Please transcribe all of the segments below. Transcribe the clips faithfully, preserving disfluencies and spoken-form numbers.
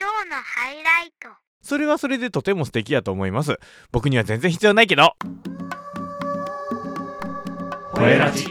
今日のハイライト。 それはそれでとても素敵やと思います。僕には全然必要ないけど。 ほえラジ。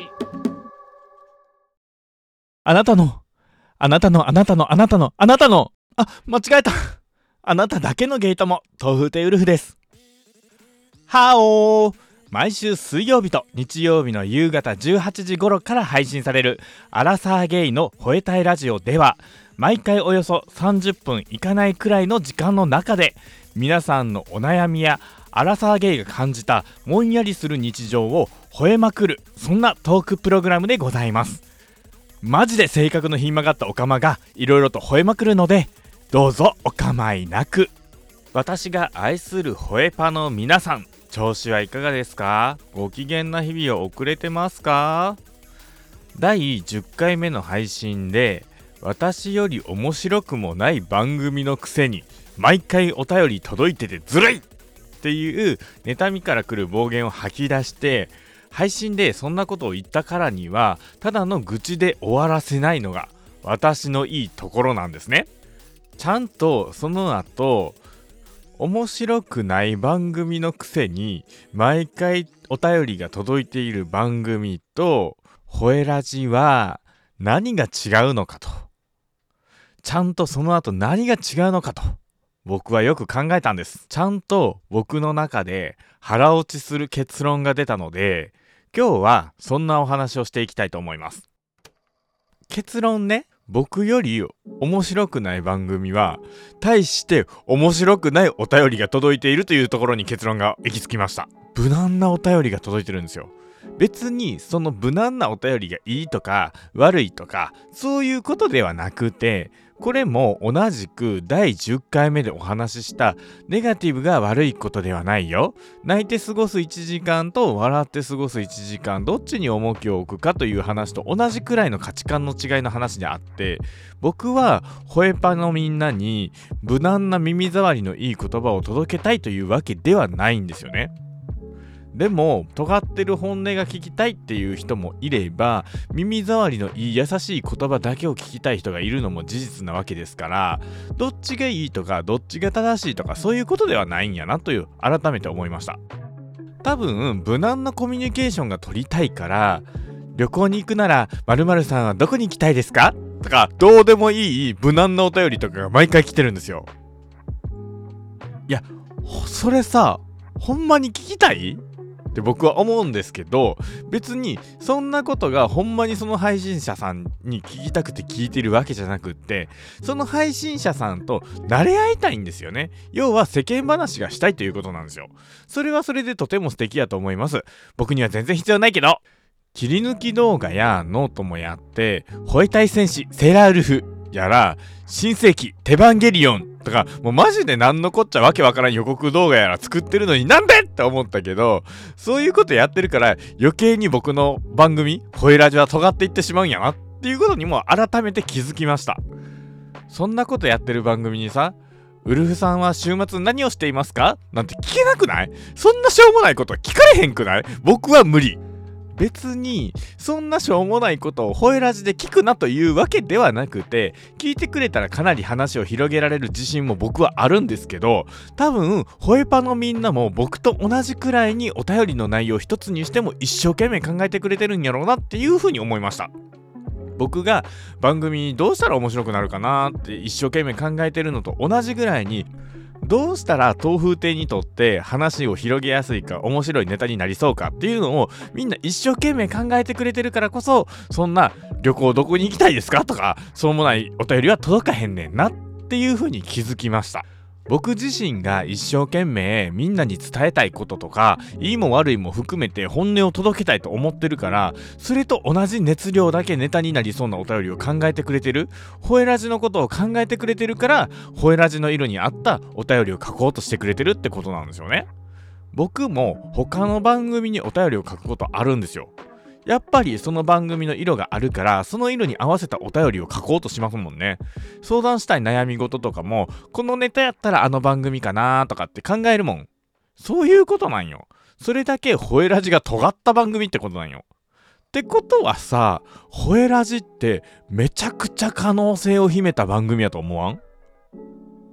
あなたのあなたのあなたのあなたのあなたのあ、間違えた。あなただけのゲートも豆腐亭ウルフです。はおー、毎週水曜日と日曜日の夕方じゅうはちじ頃から配信されるアラサーゲイのほえたいラジオでは、毎回およそさんじゅっぷんいかないくらいの時間の中で、皆さんのお悩みやアラサーゲイが感じたもんやりする日常を吠えまくる、そんなトークプログラムでございます。マジで性格のひん曲がったオカマがいろいろと吠えまくるので、どうぞお構いなく。私が愛する吠えパの皆さん、調子はいかがですか？ご機嫌な日々を送れてますか？だいじゅっかいめの配信で、私より面白くもない番組のくせに毎回お便り届いててずるいっていう妬みから来る暴言を吐き出して、配信でそんなことを言ったからにはただの愚痴で終わらせないのが私のいいところなんですね。ちゃんとその後、面白くない番組のくせに毎回お便りが届いている番組とほえラジは何が違うのかと、ちゃんとその後何が違うのかと僕はよく考えたんです。ちゃんと僕の中で腹落ちする結論が出たので、今日はそんなお話をしていきたいと思います。結論ね、僕より面白くない番組は対して面白くないお便りが届いているというところに結論が行き着きました。無難なお便りが届いてるんですよ。別にその無難なお便りがいいとか悪いとかそういうことではなくて、これも同じくだいじゅっかいめでお話ししたネガティブが悪いことではないよ。泣いて過ごすいちじかんと笑って過ごすいちじかん、どっちに重きを置くかという話と同じくらいの価値観の違いの話であって、僕はホエパのみんなに無難な耳障りのいい言葉を届けたいというわけではないんですよね。でも尖ってる本音が聞きたいっていう人もいれば、耳障りのいい優しい言葉だけを聞きたい人がいるのも事実なわけですから、どっちがいいとかどっちが正しいとかそういうことではないんやなという改めて思いました。多分無難なコミュニケーションが取りたいから、旅行に行くなら〇〇さんはどこに行きたいですかとか、どうでもいい無難なお便りとかが毎回来てるんですよ。いや、それさ、ほんまに聞きたいって僕は思うんですけど、別にそんなことがほんまにその配信者さんに聞きたくて聞いてるわけじゃなくって、その配信者さんと慣れ合いたいんですよね。要は世間話がしたいということなんですよ。それはそれでとても素敵やと思います。僕には全然必要ないけど。切り抜き動画やノートもやって、吠えたい戦士セーラーウルフやら新世紀テバンゲリオンとか、もうマジでなんのこっちゃわけわからん予告動画やら作ってるのになんでって思ったけど、そういうことやってるから余計に僕の番組吠えラジは尖っていってしまうんやなっていうことにも改めて気づきました。そんなことやってる番組にさ、ウルフさんは週末何をしていますかなんて聞けなくない？そんなしょうもないことは聞かれへんくない？僕は無理。別にそんなしょうもないことをホエラジで聞くなというわけではなくて、聞いてくれたらかなり話を広げられる自信も僕はあるんですけど、多分ホエパのみんなも僕と同じくらいにお便りの内容一つにしても一生懸命考えてくれてるんやろうなっていうふうに思いました。僕が番組どうしたら面白くなるかなって一生懸命考えてるのと同じぐらいに、どうしたら東風亭にとって話を広げやすいか面白いネタになりそうかっていうのをみんな一生懸命考えてくれてるからこそ、そんな旅行どこに行きたいですかとかそうもないお便りは届かへんねんなっていう風に気づきました。僕自身が一生懸命みんなに伝えたいこととか、いいも悪いも含めて本音を届けたいと思ってるから、それと同じ熱量だけネタになりそうなお便りを考えてくれてる、ホエラジのことを考えてくれてるから、ホエラジの色に合ったお便りを書こうとしてくれてるってことなんですよね。僕も他の番組にお便りを書くことあるんですよ。やっぱりその番組の色があるから、その色に合わせたお便りを書こうとしますもんね。相談したい悩み事とかも、このネタやったらあの番組かなとかって考えるもん。そういうことなんよ。それだけホエラジが尖った番組ってことなんよ。ってことはさ、ホエラジってめちゃくちゃ可能性を秘めた番組やと思わん？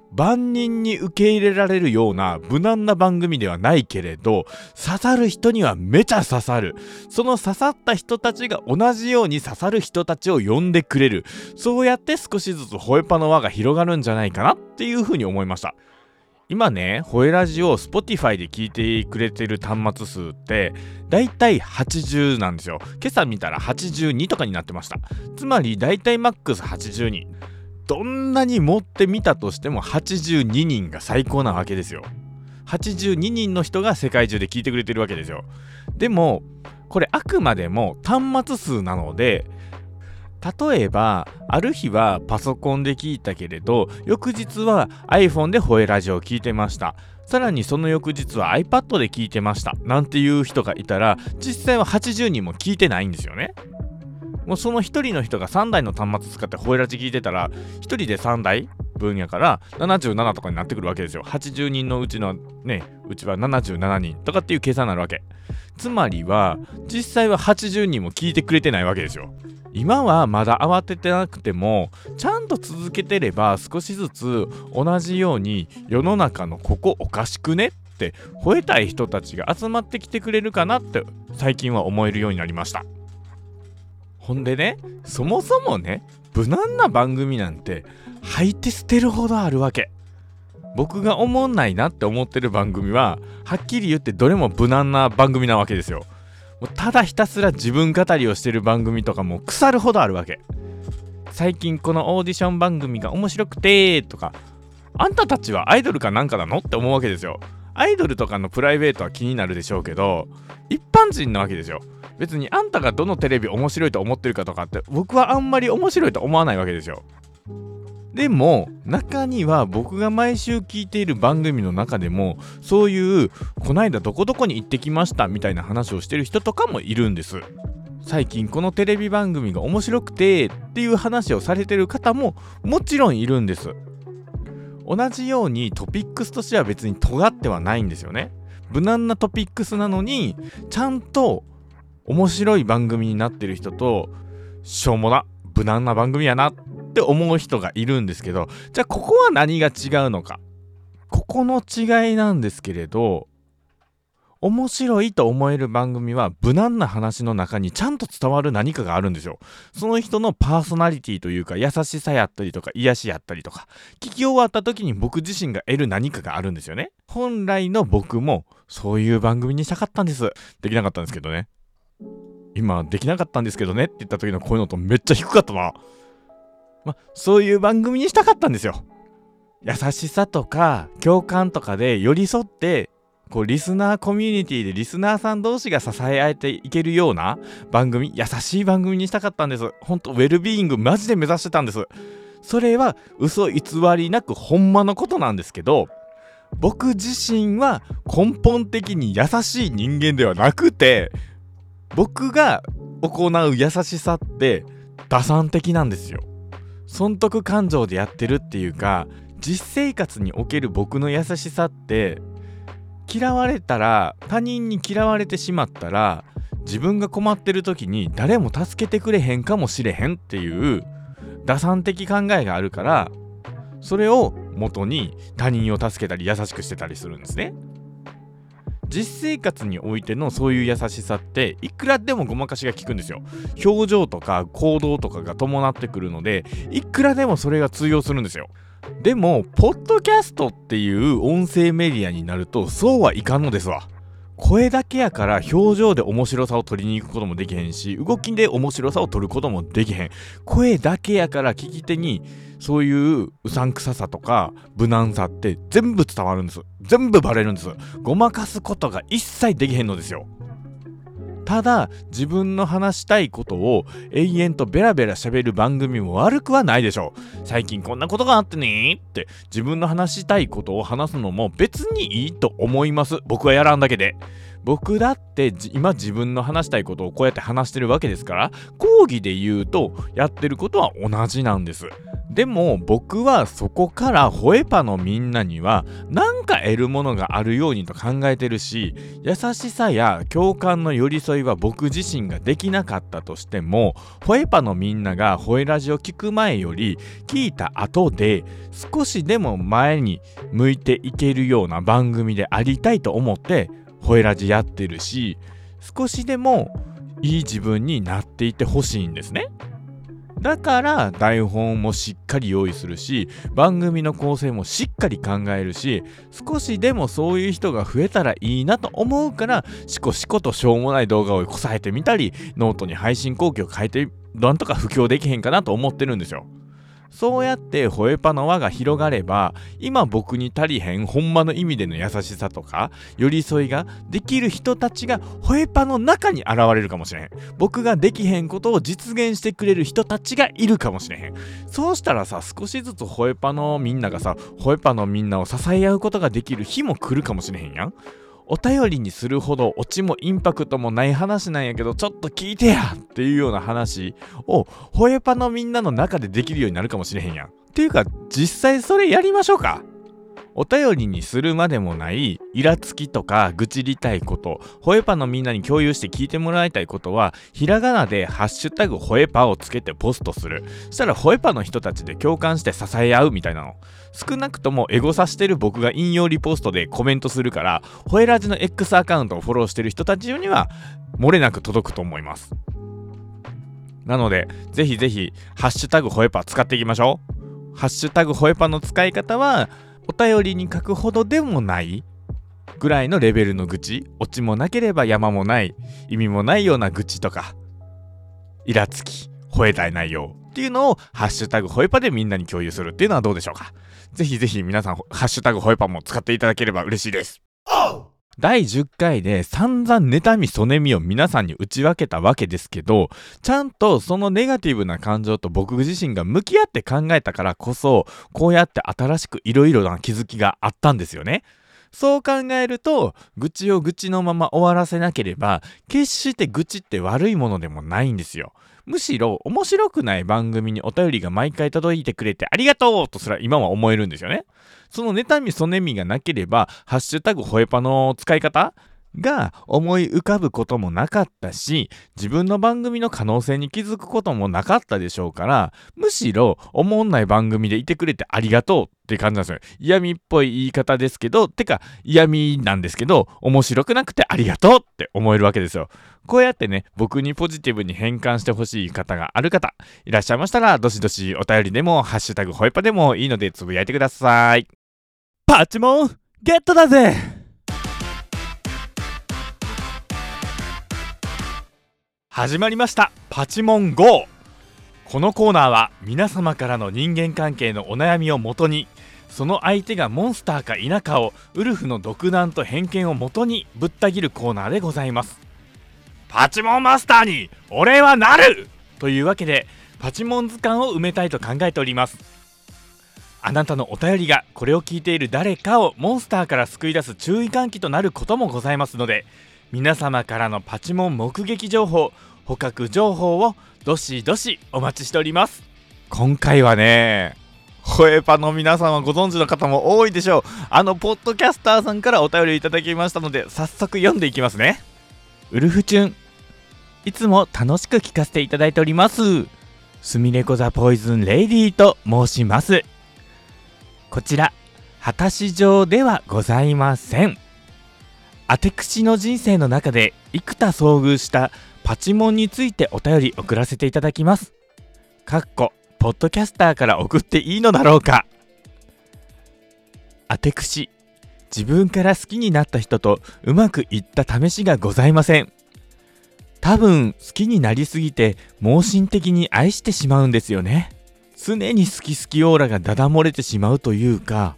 万人に受け入れられるような無難な番組ではないけれど、刺さる人にはめちゃ刺さる。その刺さった人たちが同じように刺さる人たちを呼んでくれる。そうやって少しずつホエパの輪が広がるんじゃないかなっていうふうに思いました。今ね、ホエラジを Spotify で聞いてくれてる端末数ってだいたいはちじゅうなんですよ。今朝見たらはちじゅうにとかになってました。つまりだいたいマックスはちじゅうにん。どんなに持ってみたとしてもはちじゅうににんが最高なわけですよ。はちじゅうににんの人が世界中で聞いてくれてるわけですよ。でもこれあくまでも端末数なので、例えばある日はパソコンで聞いたけれど、翌日は iPhone でホエラジを聞いてました。さらにその翌日は iPad で聞いてましたなんていう人がいたら、実際ははちじゅうにんも聞いてないんですよね。もうそのひとりの人がさんだいの端末使ってホエラジ聞いてたら、ひとりでさんだいぶんやからななじゅうななとかになってくるわけですよ。はちじゅうにんのうちのね、うちはななじゅうななにんとかっていう計算になるわけ。つまりは実際ははちじゅうにんも聞いてくれてないわけですよ。今はまだ慌ててなくても、ちゃんと続けてれば少しずつ同じように世の中のここおかしくねって吠えたい人たちが集まってきてくれるかなって最近は思えるようになりました。ほんでね、そもそもね、無難な番組なんて吐いて捨てるほどあるわけ。僕が思んないなって思ってる番組ははっきり言ってどれも無難な番組なわけですよ。もうただひたすら自分語りをしてる番組とかも腐るほどあるわけ。最近このオーディション番組が面白くてとか、あんたたちはアイドルかなんかなのって思うわけですよ。アイドルとかのプライベートは気になるでしょうけど、一般人なわけですよ。別にあんたがどのテレビ面白いと思ってるかとかって僕はあんまり面白いと思わないわけですよ。でも中には僕が毎週聞いている番組の中でもそういうこないだどこどこに行ってきましたみたいな話をしてる人とかもいるんです。最近このテレビ番組が面白くてっていう話をされてる方ももちろんいるんです。同じようにトピックスとしては別に尖ってはないんですよね。無難なトピックスなのにちゃんと面白い番組になってる人と、しょうもな無難な番組やなって思う人がいるんですけど、じゃあここは何が違うのか。ここの違いなんですけれど、面白いと思える番組は無難な話の中にちゃんと伝わる何かがあるんですよ。その人のパーソナリティというか優しさやったりとか癒しやったりとか、聞き終わった時に僕自身が得る何かがあるんですよね。本来の僕もそういう番組にしたかったんです。できなかったんですけどね。今できなかったんですけどねって言った時の声の音めっちゃ低かったな。ま、そういう番組にしたかったんですよ。優しさとか共感とかで寄り添ってこうリスナーコミュニティでリスナーさん同士が支え合えていけるような番組、優しい番組にしたかったんです。ほんとウェルビーイングマジで目指してたんです。それは嘘偽りなくほんまのことなんですけど、僕自身は根本的に優しい人間ではなくて、僕が行う優しさって打算的なんですよ。損得感情でやってるっていうか、実生活における僕の優しさって嫌われたら、他人に嫌われてしまったら自分が困ってる時に誰も助けてくれへんかもしれへんっていう打算的考えがあるから、それを元に他人を助けたり優しくしてたりするんですね。実生活においてのそういう優しさっていくらでもごまかしが効くんですよ。表情とか行動とかが伴ってくるので、いくらでもそれが通用するんですよ。でもポッドキャストっていう音声メディアになるとそうはいかんのですわ。声だけやから表情で面白さを取りに行くこともできへんし、動きで面白さを取ることもできへん。声だけやから聞き手にそういううさんくささとか無難さって全部伝わるんです。全部バレるんです。ごまかすことが一切できへんのですよ。ただ自分の話したいことを永遠とベラベラ喋る番組も悪くはないでしょう。最近こんなことがあってねって自分の話したいことを話すのも別にいいと思います。僕はやらんだけで。 僕だって今自分の話したいことをこうやって話してるわけですから、講義で言うとやってることは同じなんです。でも僕はそこからホエパのみんなには何か得るものがあるようにと考えてるし、優しさや共感の寄り添いは僕自身ができなかったとしても、ホエパのみんながホエラジを聞く前より聞いた後で少しでも前に向いていけるような番組でありたいと思ってホエラジやってるし、少しでもいい自分になっていてほしいんですね。だから台本もしっかり用意するし、番組の構成もしっかり考えるし、少しでもそういう人が増えたらいいなと思うから、しこしことしょうもない動画をこさえてみたり、ノートに配信後期を書いてなんとか布教できへんかなと思ってるんですよ。そうやってホエパの輪が広がれば、今僕に足りへんほんまの意味での優しさとか寄り添いができる人たちがホエパの中に現れるかもしれへん。僕ができへんことを実現してくれる人たちがいるかもしれへん。そうしたらさ、少しずつホエパのみんながさ、ホエパのみんなを支え合うことができる日も来るかもしれへんやん。お便りにするほどオチもインパクトもない話なんやけど、ちょっと聞いてやっていうような話をホエパのみんなの中でできるようになるかもしれへんやん。っていうか実際それやりましょうか。お便りにするまでもないイラつきとか愚痴りたいこと、ホエパのみんなに共有して聞いてもらいたいことは、ひらがなでハッシュタグホエパをつけてポストする。そしたらホエパの人たちで共感して支え合うみたいなの。少なくともエゴサしてる僕が引用リポストでコメントするから、ホエラジの X アカウントをフォローしてる人たちには漏れなく届くと思います。なのでぜひぜひハッシュタグホエパ使っていきましょう。ハッシュタグホエパの使い方は、お便りに書くほどでもないぐらいのレベルの愚痴、オチもなければ山もない、意味もないような愚痴とかイラつき、吠えたい内容っていうのをハッシュタグホエパでみんなに共有するっていうのはどうでしょうか。ぜひぜひ皆さんハッシュタグホエパも使っていただければ嬉しいです。だいじゅっかいで散々妬みそねみを皆さんに打ち分けたわけですけど、ちゃんとそのネガティブな感情と僕自身が向き合って考えたからこそ、こうやって新しくいろいろな気づきがあったんですよね。そう考えると、愚痴を愚痴のまま終わらせなければ、決して愚痴って悪いものでもないんですよ。むしろ面白くない番組にお便りが毎回届いてくれてありがとうとすら今は思えるんですよね。その妬みそねみがなければ、ハッシュタグホエパの使い方が思い浮かぶこともなかったし、自分の番組の可能性に気づくこともなかったでしょうから、むしろおもんない番組でいてくれてありがとうって感じなんですよ。嫌味っぽい言い方ですけど、てか嫌味なんですけど、面白くなくてありがとうって思えるわけですよ。こうやってね、僕にポジティブに変換してほしい方がある方いらっしゃいましたら、どしどしお便りでもハッシュタグホエパでもいいのでつぶやいてください。パチモンゲットだぜ。始まりましたパチモン ゴー。 このコーナーは皆様からの人間関係のお悩みをもとに、その相手がモンスターか否かをウルフの独断と偏見をもとにぶった切るコーナーでございます。パチモンマスターに俺はなるというわけで、パチモン図鑑を埋めたいと考えております。あなたのお便りがこれを聞いている誰かをモンスターから救い出す注意喚起となることもございますので、皆様からのパチモン目撃情報、捕獲情報をどしどしお待ちしております。今回はね、ホエパの皆さんはご存知の方も多いでしょう。あのポッドキャスターさんからお便りいただきましたので、早速読んでいきますね。ウルフチュン、いつも楽しく聞かせていただいております。スミレコザポイズンレディーと申します。こちら果たし状ではございません。あてくしの人生の中で幾多遭遇したパチモンについてお便り送らせていただきます。かっこポッドキャスターから送っていいのだろうか。あてくし、自分から好きになった人とうまくいった試しがございません。多分好きになりすぎて盲信的に愛してしまうんですよね。常に好き好きオーラがだだ漏れてしまうというか、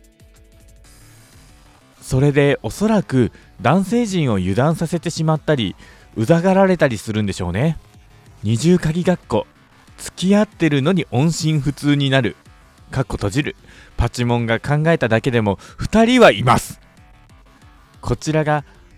それでおそらく男性陣を油断させてしまったりうざがられたりするんでしょうね。二重鍵括弧、付き合ってるのに音信不通になる括弧閉じるパチモンが考えただけでもふたりはいます。こちらが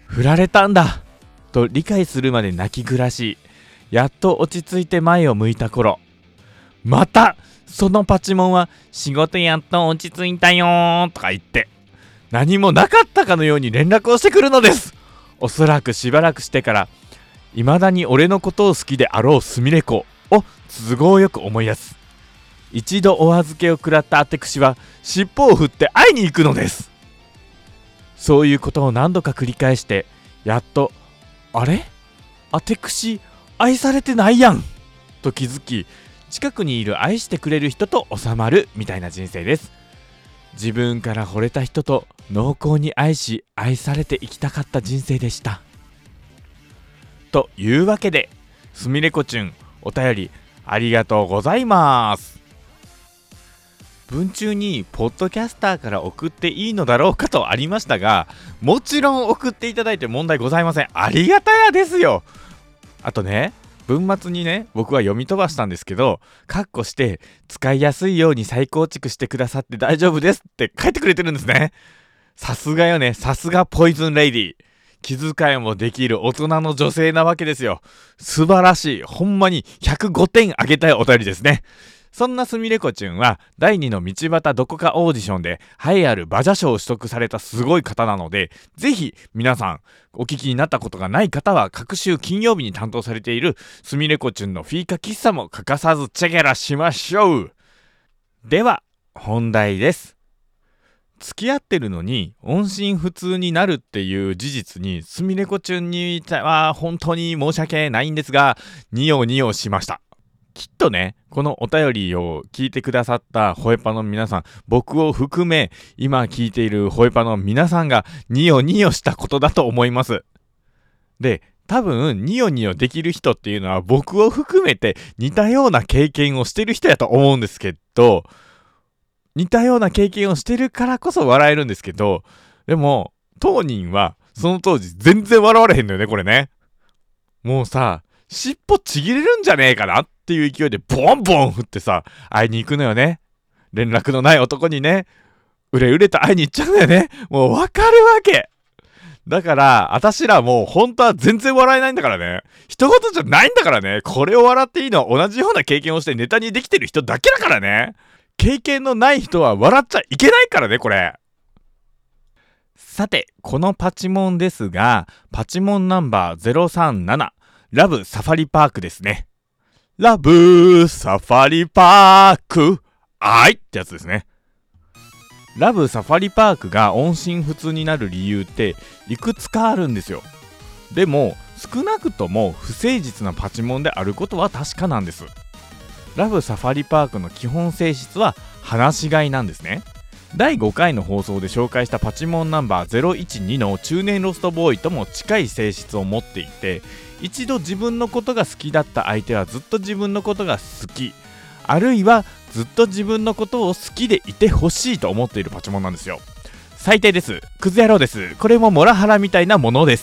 振られたんだと理解するまで泣き暮らし、やっと落ち着いて前を向いた頃、またそのパチモンは仕事やっと落ち着いたよーとか言って何もなかったかのように連絡をしてくるのです。おそらくしばらくしてから未だに俺のことを好きであろうすみれ子を都合よく思い出す。一度お預けを食らったあてくしは尻尾を振って会いに行くのです。そういうことを何度か繰り返してやっとあれあてくし愛されてないやんと気づき、近くにいる愛してくれる人と収まるみたいな人生です。自分から惚れた人と濃厚に愛し愛されて生きたかった人生でした。というわけで、すみれこちゅんお便りありがとうございます。文中にポッドキャスターから送っていいのだろうかとありましたが、もちろん送っていただいて問題ございません。ありがたやですよ。あとね、文末にね、僕は読み飛ばしたんですけど、カッコして使いやすいように再構築してくださって大丈夫ですって書いてくれてるんですね。さすがよね。さすがポイズンレイディ。気遣いもできる大人の女性なわけですよ。素晴らしい。ほんまにひゃくごてんあげたいお便りですね。そんなすみれこちゅんはだいにの道端どこかオーディションで栄えある馬車賞を取得されたすごい方なので、ぜひ皆さんお聞きになったことがない方は各週金曜日に担当されているすみれこちゅんのフィーカ喫茶も欠かさずチェケラしましょう。では本題です。付き合ってるのに音信不通になるっていう事実にすみれこちゅんには本当に申し訳ないんですが、ニヨニヨしました。きっとね、このお便りを聞いてくださったホエパの皆さん、僕を含め今聞いているホエパの皆さんがニヨニヨしたことだと思います。で、多分ニヨニヨできる人っていうのは僕を含めて似たような経験をしてる人やと思うんですけど、似たような経験をしてるからこそ笑えるんですけど、でも当人はその当時全然笑われへんのよね、これね。もうさ、尻尾ちぎれるんじゃねえかなっていう勢いでボンボン振ってさ、会いに行くのよね。連絡のない男にね、うれうれと会いに行っちゃうんだよね。もうわかるわけ。だから私らもう本当は全然笑えないんだからね。人事じゃないんだからね。これを笑っていいのは同じような経験をしてネタにできてる人だけだからね。経験のない人は笑っちゃいけないからね、これ。さて、このパチモンですが、パチモンナンバーゼロさんなな、ラブサファリパークですね。ラブサファリパーク、あいってやつですね。ラブサファリパークが音信不通になる理由っていくつかあるんですよ。でも少なくとも不誠実なパチモンであることは確かなんです。ラブサファリパークの基本性質は話し飼いなんですね。だいごかいの放送で紹介したパチモンナンバーゼロいちにの中年ロストボーイとも近い性質を持っていて、一度自分のことが好きだった相手はずっと自分のことが好き、あるいはずっと自分のことを好きでいてほしいと思っているパチモンなんですよ。最低です。クズ野郎です。これもモラハラみたいなものです。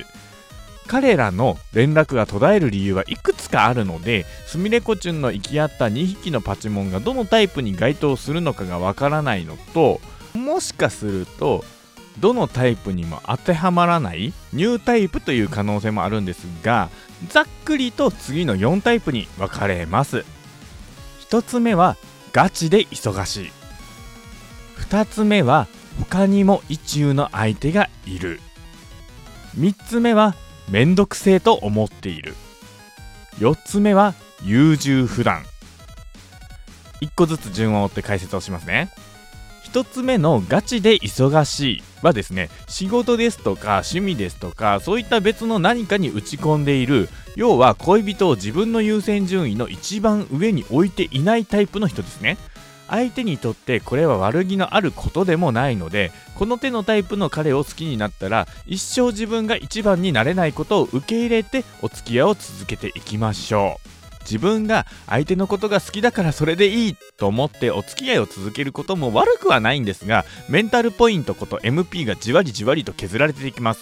彼らの連絡が途絶える理由はいくつかあるので、すみれこちゅんの生き合ったにひきのパチモンがどのタイプに該当するのかがわからないのと、もしかするとどのタイプにも当てはまらないニュータイプという可能性もあるんですが、ざっくりと次のよんタイプに分かれます。ひとつめはガチで忙しい。ふたつめは他にも意中の相手がいる。みっつめはめんどくせえと思っている。よっつめは優柔不断。いっこずつ順を追って解説をしますね。ひとつめのガチで忙しいはですね、仕事ですとか趣味ですとかそういった別の何かに打ち込んでいる、要は恋人を自分の優先順位の一番上に置いていないタイプの人ですね。相手にとってこれは悪気のあることでもないので、この手のタイプの彼を好きになったら一生自分が一番になれないことを受け入れてお付き合いを続けていきましょう。自分が相手のことが好きだからそれでいいと思ってお付き合いを続けることも悪くはないんですが、メンタルポイントこと エムピー がじわりじわりと削られていきます。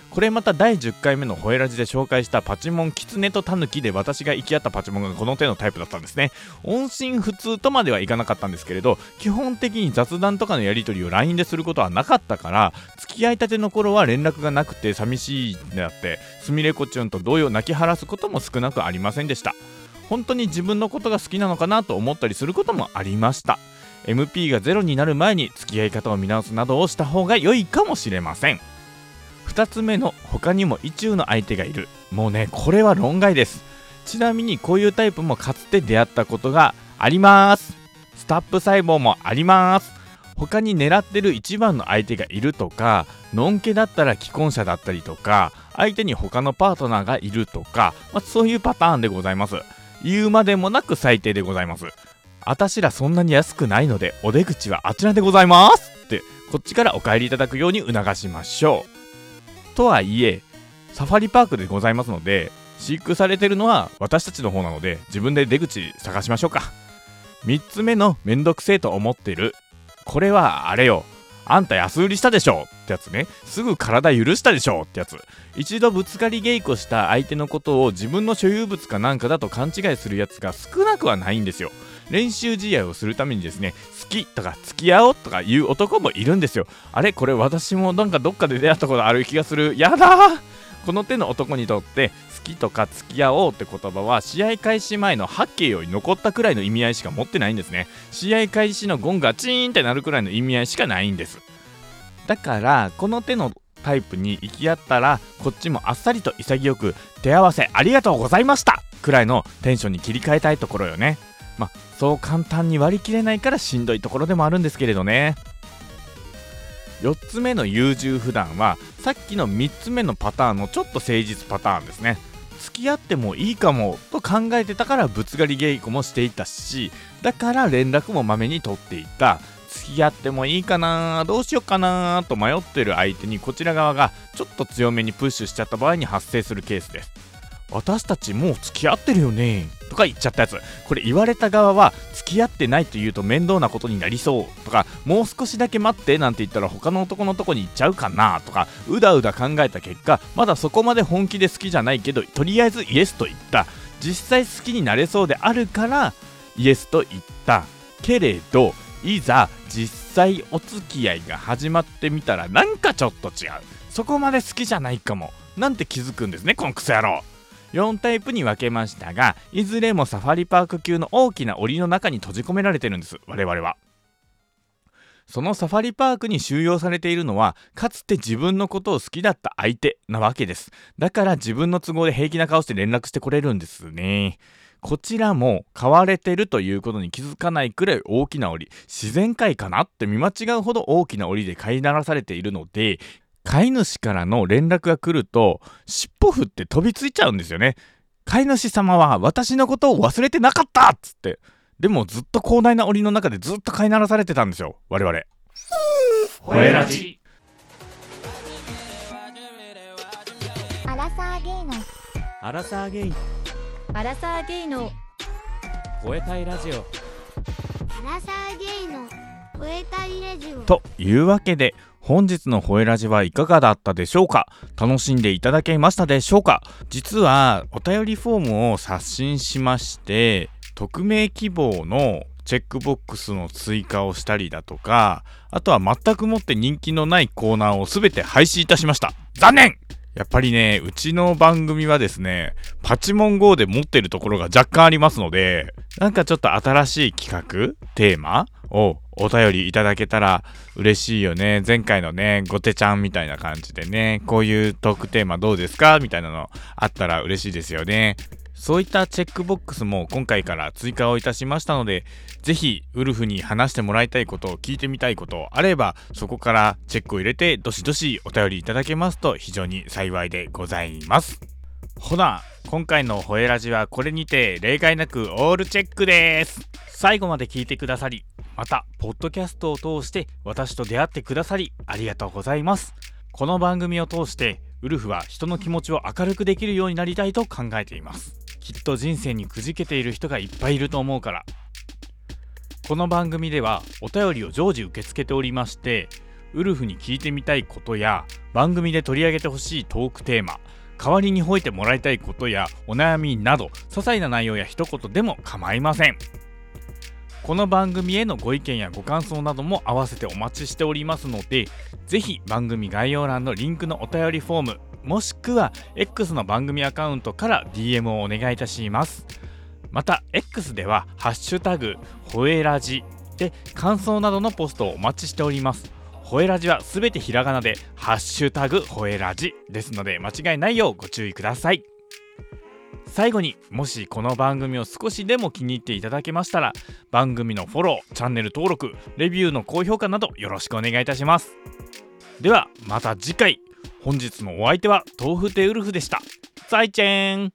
これまただいじゅっかいめのホエラジで紹介したパチモンキツネとタヌキで私が行き合ったパチモンがこの手のタイプだったんですね。音信不通とまではいかなかったんですけれど、基本的に雑談とかのやり取りを ライン ですることはなかったから、付き合いたての頃は連絡がなくて寂しいってなってすみれこちゅんと同様泣き晴らすことも少なくありませんでした。本当に自分のことが好きなのかなと思ったりすることもありました。 エムピー がゼロになる前に付き合い方を見直すなどをした方が良いかもしれません。ふたつめの他にも意中の相手がいる。もうねこれは論外です。ちなみにこういうタイプもかつて出会ったことがあります。スタップ細胞もあります。他に狙ってる一番の相手がいるとか、のんけだったら既婚者だったりとか、相手に他のパートナーがいるとか、まあ、そういうパターンでございます。言うまでもなく最低でございます。あたしらそんなに安くないのでお出口はあちらでございますってこっちからお帰りいただくように促しましょう。とはいえサファリパークでございますので、飼育されてるのは私たちの方なので自分で出口探しましょうか。みっつめのめんどくせえと思ってる。これはあれよ、あんた安売りしたでしょってやつね。すぐ体許したでしょってやつ。一度ぶつかり稽古した相手のことを自分の所有物かなんかだと勘違いするやつが少なくはないんですよ。練習試合をするためにですね、好きとか付き合おうとかいう男もいるんですよ。あれこれ私もなんかどっかで出会ったことある気がする。やだー。この手の男にとって好きとか付き合おうって言葉は試合開始前の八景より残ったくらいの意味合いしか持ってないんですね。試合開始のゴンがチーンってなるくらいの意味合いしかないんです。だからこの手のタイプに行き合ったらこっちもあっさりと潔く手合わせありがとうございましたくらいのテンションに切り替えたいところよね。まあそう簡単に割り切れないからしんどいところでもあるんですけれどね。よっつめの優柔不断はさっきのみっつめのパターンのちょっと誠実パターンですね。付き合ってもいいかもと考えてたからぶつかり稽古もしていたし、だから連絡もまめに取っていた。付き合ってもいいかな、どうしようかなと迷ってる相手にこちら側がちょっと強めにプッシュしちゃった場合に発生するケースです。私たちもう付き合ってるよねとか言っちゃったやつ。これ言われた側は付き合ってないと言うと面倒なことになりそうとか、もう少しだけ待ってなんて言ったら他の男のとこに行っちゃうかなとかうだうだ考えた結果、まだそこまで本気で好きじゃないけどとりあえずイエスと言った。実際好きになれそうであるからイエスと言ったけれど、いざ実際お付き合いが始まってみたらなんかちょっと違う、そこまで好きじゃないかもなんて気づくんですね、このクソ野郎。よんタイプに分けましたが、いずれもサファリパーク級の大きな檻の中に閉じ込められてるんです、我々は。そのサファリパークに収容されているのはかつて自分のことを好きだった相手なわけです。だから自分の都合で平気な顔して連絡してこれるんですね。こちらも飼われてるということに気づかないくらい大きな檻、自然界かなって見間違うほど大きな檻で飼いならされているので、飼い主からの連絡が来ると尻尾振って飛びついちゃうんですよね。飼い主様は私のことを忘れてなかったっつって。でもずっと広大な檻の中でずっと飼いならされてたんですよ、我々。 ほえラジ。 アラサーゲイのアラサーゲイアラサーゲイの吠えたいラジオアラサーゲイの吠えたいラジオというわけで、本日の吠えラジはいかがだったでしょうか。楽しんでいただけましたでしょうか。実はお便りフォームを刷新しまして、匿名希望のチェックボックスの追加をしたりだとか、あとは全くもって人気のないコーナーをすべて廃止いたしました。残念。やっぱりね、うちの番組はですね、パチモン ゴー で持ってるところが若干ありますので、なんかちょっと新しい企画テーマをお便りいただけたら嬉しいよね。前回のね、ゴテちゃんみたいな感じでね、こういうトークテーマどうですかみたいなのあったら嬉しいですよね。そういったチェックボックスも今回から追加をいたしましたので、ぜひウルフに話してもらいたいことを聞いてみたいことあれば、そこからチェックを入れてどしどしお便りいただけますと非常に幸いでございます。ほな、今回の吠えラジはこれにて例外なくオールチェックです。最後まで聞いてくださり、またポッドキャストを通して私と出会ってくださりありがとうございます。この番組を通してウルフは人の気持ちを明るくできるようになりたいと考えています。きっと人生にくじけている人がいっぱいいると思うから。この番組ではお便りを常時受け付けておりまして、 ウルフに聞いてみたいことや番組で取り上げてほしいトークテーマ、代わりに吠えてもらいたいことやお悩みなど、些細な内容や一言でも構いません。この番組へのご意見やご感想なども合わせてお待ちしておりますので、ぜひ番組概要欄のリンクのお便りフォーム、もしくは X の番組アカウントから ディーエム をお願いいたします。また X ではハッシュタグほえラジで感想などのポストをお待ちしております。ほえラジはすべてひらがなでハッシュタグほえラジですので、間違いないようご注意ください。最後に、もしこの番組を少しでも気に入っていただけましたら、番組のフォロー、チャンネル登録、レビューの高評価などよろしくお願いいたします。ではまた次回。本日のお相手は豆腐テウルフでした。再见。